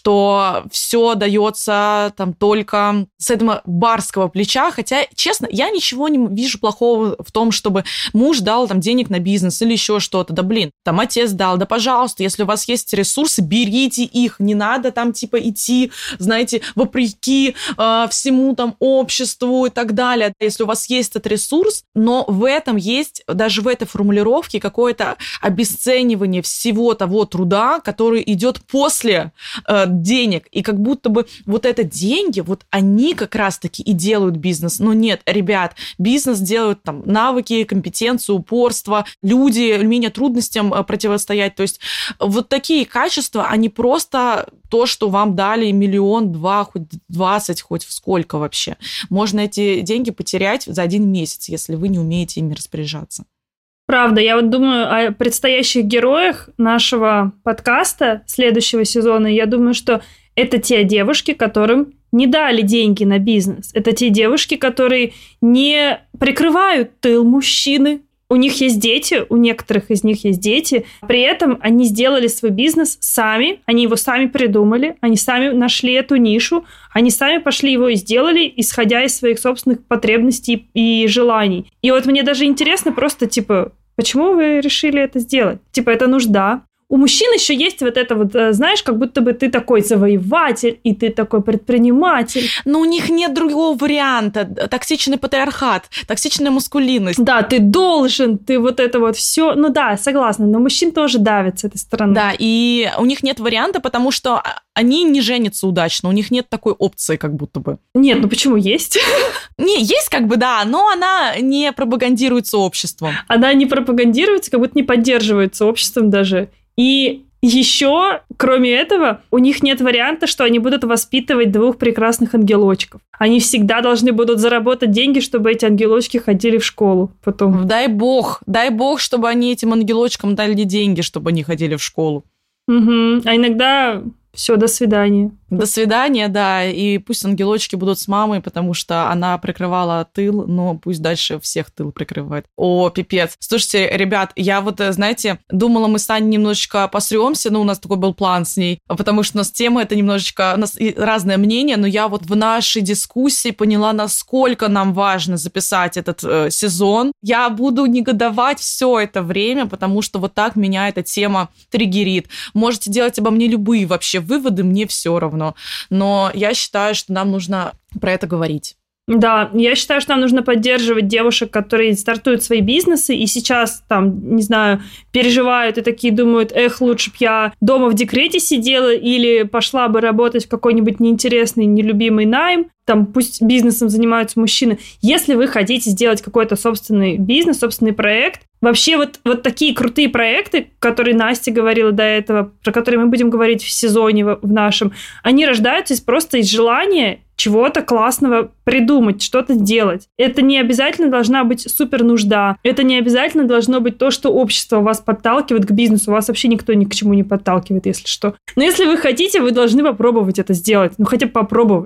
что все дается там только с этого барского плеча. Хотя, честно, я ничего не вижу плохого в том, чтобы муж дал там денег на бизнес или еще что-то. Да блин, там отец дал. Да пожалуйста, если у вас есть ресурсы, берите их. Не надо там типа идти, знаете, вопреки всему там обществу и так далее. Если у вас есть этот ресурс, но в этом есть, даже в этой формулировке, какое-то обесценивание всего того труда, который идет после денег. И как будто бы вот это деньги, вот они как раз-таки и делают бизнес. Но нет, ребят, бизнес делают там навыки, компетенцию, упорство, люди, умение трудностям противостоять. То есть вот такие качества, они просто то, что вам дали 1 миллион, 2, хоть 20, хоть в сколько вообще. Можно эти деньги потерять за 1 месяц, если вы не умеете ими распоряжаться. Правда, я вот думаю о предстоящих героях нашего подкаста следующего сезона. Я думаю, что это те девушки, которым не дали деньги на бизнес. Это те девушки, которые не прикрывают тыл мужчины. У них есть дети, у некоторых из них есть дети. При этом они сделали свой бизнес сами, они его сами придумали, они сами нашли эту нишу, они сами пошли его и сделали, исходя из своих собственных потребностей и желаний. И вот мне даже интересно просто, типа, почему вы решили это сделать? Типа, это нужда. У мужчин еще есть вот это вот, знаешь, как будто бы ты такой завоеватель, и ты такой предприниматель. Но у них нет другого варианта. Токсичный патриархат, токсичная маскулинность. Да, ты должен, ты вот это вот все. Ну да, согласна, но мужчин тоже давят с этой стороны. Да, и у них нет варианта, потому что они не женятся удачно, у них нет такой опции, как будто бы. Нет, ну почему есть? Не, есть как бы, да, но она не пропагандируется обществом. Она не пропагандируется, как будто не поддерживается обществом даже. И еще, кроме этого, у них нет варианта, что они будут воспитывать 2 прекрасных ангелочков. Они всегда должны будут заработать деньги, чтобы эти ангелочки ходили в школу потом. Дай бог, чтобы они этим ангелочкам дали деньги, чтобы они ходили в школу. Угу. А иногда все, до свидания. До свидания, да, и пусть ангелочки будут с мамой, потому что она прикрывала тыл, но пусть дальше всех тыл прикрывает. О, пипец. Слушайте, ребят, я вот, знаете, думала, мы с Аней немножечко посрёмся, но у нас такой был план с ней, потому что у нас тема это немножечко, у нас разное мнение, но я вот в нашей дискуссии поняла, насколько нам важно записать этот сезон. Я буду негодовать все это время, потому что вот так меня эта тема триггерит. Можете делать обо мне любые вообще выводы, мне все равно. Но я считаю, что нам нужно про это говорить. Да, я считаю, что нам нужно поддерживать девушек, которые стартуют свои бизнесы и сейчас там, не знаю, переживают и такие думают, лучше бы я дома в декрете сидела или пошла бы работать в какой-нибудь неинтересный, нелюбимый найм. Там пусть бизнесом занимаются мужчины. Если вы хотите сделать какой-то собственный бизнес, собственный проект, вообще вот такие крутые проекты, которые Настя говорила до этого, про которые мы будем говорить в сезоне в нашем, они рождаются просто из желания чего-то классного придумать, что-то делать. Это не обязательно должна быть супер нужда. Это не обязательно должно быть то, что общество вас подталкивает к бизнесу. Вас вообще никто ни к чему не подталкивает, если что. Но если вы хотите, вы должны попробовать это сделать. Ну, хотя бы попробовать.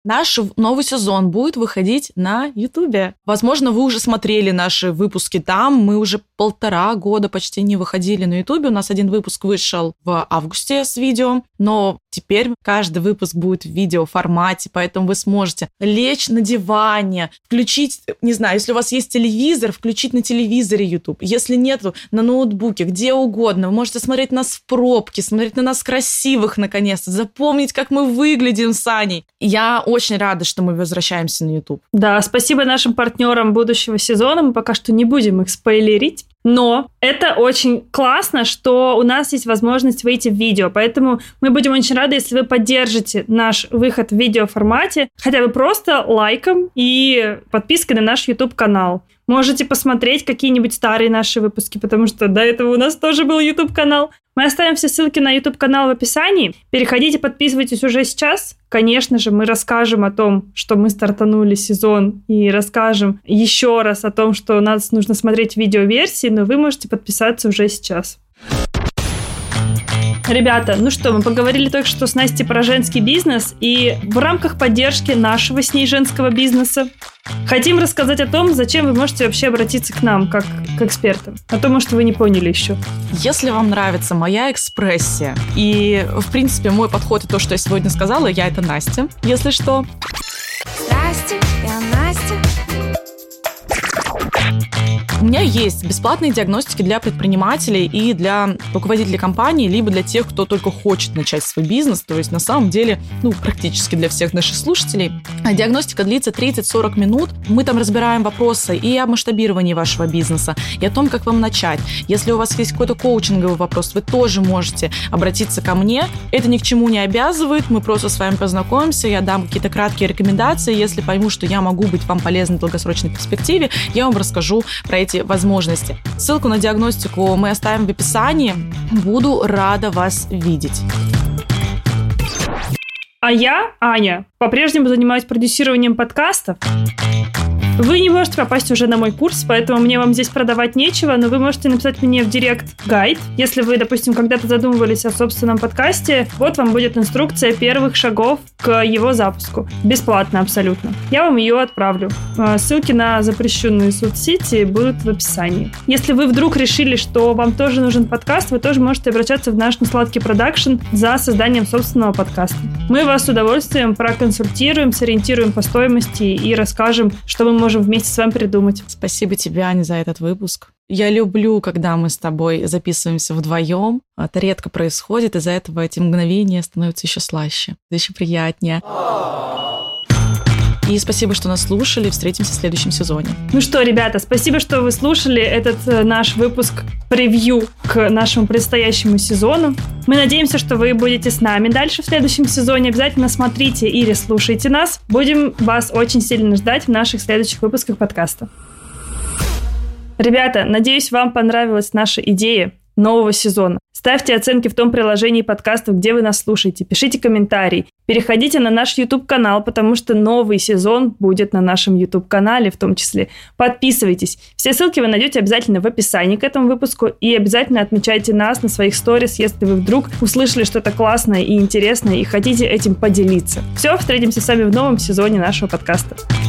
Наш новый сезон будет выходить на Ютубе. Возможно, вы уже смотрели наши выпуски там. Мы уже 1,5 года почти не выходили на Ютубе. У нас один выпуск вышел в августе с видео, но теперь каждый выпуск будет в видеоформате, поэтому вы сможете лечь на диване, включить, не знаю, если у вас есть телевизор, включить на телевизоре YouTube. Если нету, на ноутбуке, где угодно. Вы можете смотреть нас в пробке, смотреть на нас красивых, наконец-то, запомнить, как мы выглядим с Аней. Я очень рада, что мы возвращаемся на YouTube. Да, спасибо нашим партнерам будущего сезона. Мы пока что не будем их спойлерить. Но это очень классно, что у нас есть возможность выйти в видео. Поэтому мы будем очень рады, если вы поддержите наш выход в видеоформате хотя бы просто лайком и подпиской на наш YouTube-канал. Можете посмотреть какие-нибудь старые наши выпуски, потому что до этого у нас тоже был YouTube-канал. Мы оставим все ссылки на YouTube-канал в описании. Переходите, подписывайтесь уже сейчас. Конечно же, мы расскажем о том, что мы стартанули сезон, и расскажем еще раз о том, что нас нужно смотреть в видеоверсии, но вы можете подписаться уже сейчас. Ребята, ну что, мы поговорили только что с Настей про женский бизнес, и в рамках поддержки нашего с ней женского бизнеса хотим рассказать о том, зачем вы можете вообще обратиться к нам, как к экспертам. А то, может, вы не поняли еще. Если вам нравится моя экспрессия и, в принципе, мой подход и то, что я сегодня сказала, я это Настя, если что. Здрасте, я Настя. У меня есть бесплатные диагностики для предпринимателей и для руководителей компаний, либо для тех, кто только хочет начать свой бизнес. То есть, на самом деле, практически для всех наших слушателей. Диагностика длится 30-40 минут. Мы там разбираем вопросы и о масштабировании вашего бизнеса, и о том, как вам начать. Если у вас есть какой-то коучинговый вопрос, вы тоже можете обратиться ко мне. Это ни к чему не обязывает. Мы просто с вами познакомимся, я дам какие-то краткие рекомендации. Если пойму, что я могу быть вам полезна в долгосрочной перспективе, я вам расскажу про эти возможности. Ссылку на диагностику мы оставим в описании. Буду рада вас видеть. А я, Аня, по-прежнему занимаюсь продюсированием подкастов. Вы не можете попасть уже на мой курс, поэтому мне вам здесь продавать нечего, но вы можете написать мне в директ гайд. Если вы, допустим, когда-то задумывались о собственном подкасте, вот вам будет инструкция первых шагов к его запуску. Бесплатно абсолютно. Я вам ее отправлю. Ссылки на запрещенные соцсети будут в описании. Если вы вдруг решили, что вам тоже нужен подкаст, вы тоже можете обращаться в наш Несладкий продакшн за созданием собственного подкаста. Мы вас с удовольствием проконсультируем, сориентируем по стоимости и расскажем, что мы можем вместе с вами придумать. Спасибо тебе, Аня, за этот выпуск. Я люблю, когда мы с тобой записываемся вдвоем. Это редко происходит, из-за этого эти мгновения становятся еще слаще, еще приятнее. И спасибо, что нас слушали. Встретимся в следующем сезоне. Ну что, ребята, спасибо, что вы слушали этот наш выпуск превью к нашему предстоящему сезону. Мы надеемся, что вы будете с нами дальше в следующем сезоне. Обязательно смотрите или слушайте нас. Будем вас очень сильно ждать в наших следующих выпусках подкаста. Ребята, надеюсь, вам понравилась наша идея нового сезона. Ставьте оценки в том приложении подкастов, где вы нас слушаете. Пишите комментарии. Переходите на наш YouTube-канал, потому что новый сезон будет на нашем YouTube-канале в том числе. Подписывайтесь. Все ссылки вы найдете обязательно в описании к этому выпуску. И обязательно отмечайте нас на своих сторис, если вы вдруг услышали что-то классное и интересное и хотите этим поделиться. Все, встретимся с вами в новом сезоне нашего подкаста.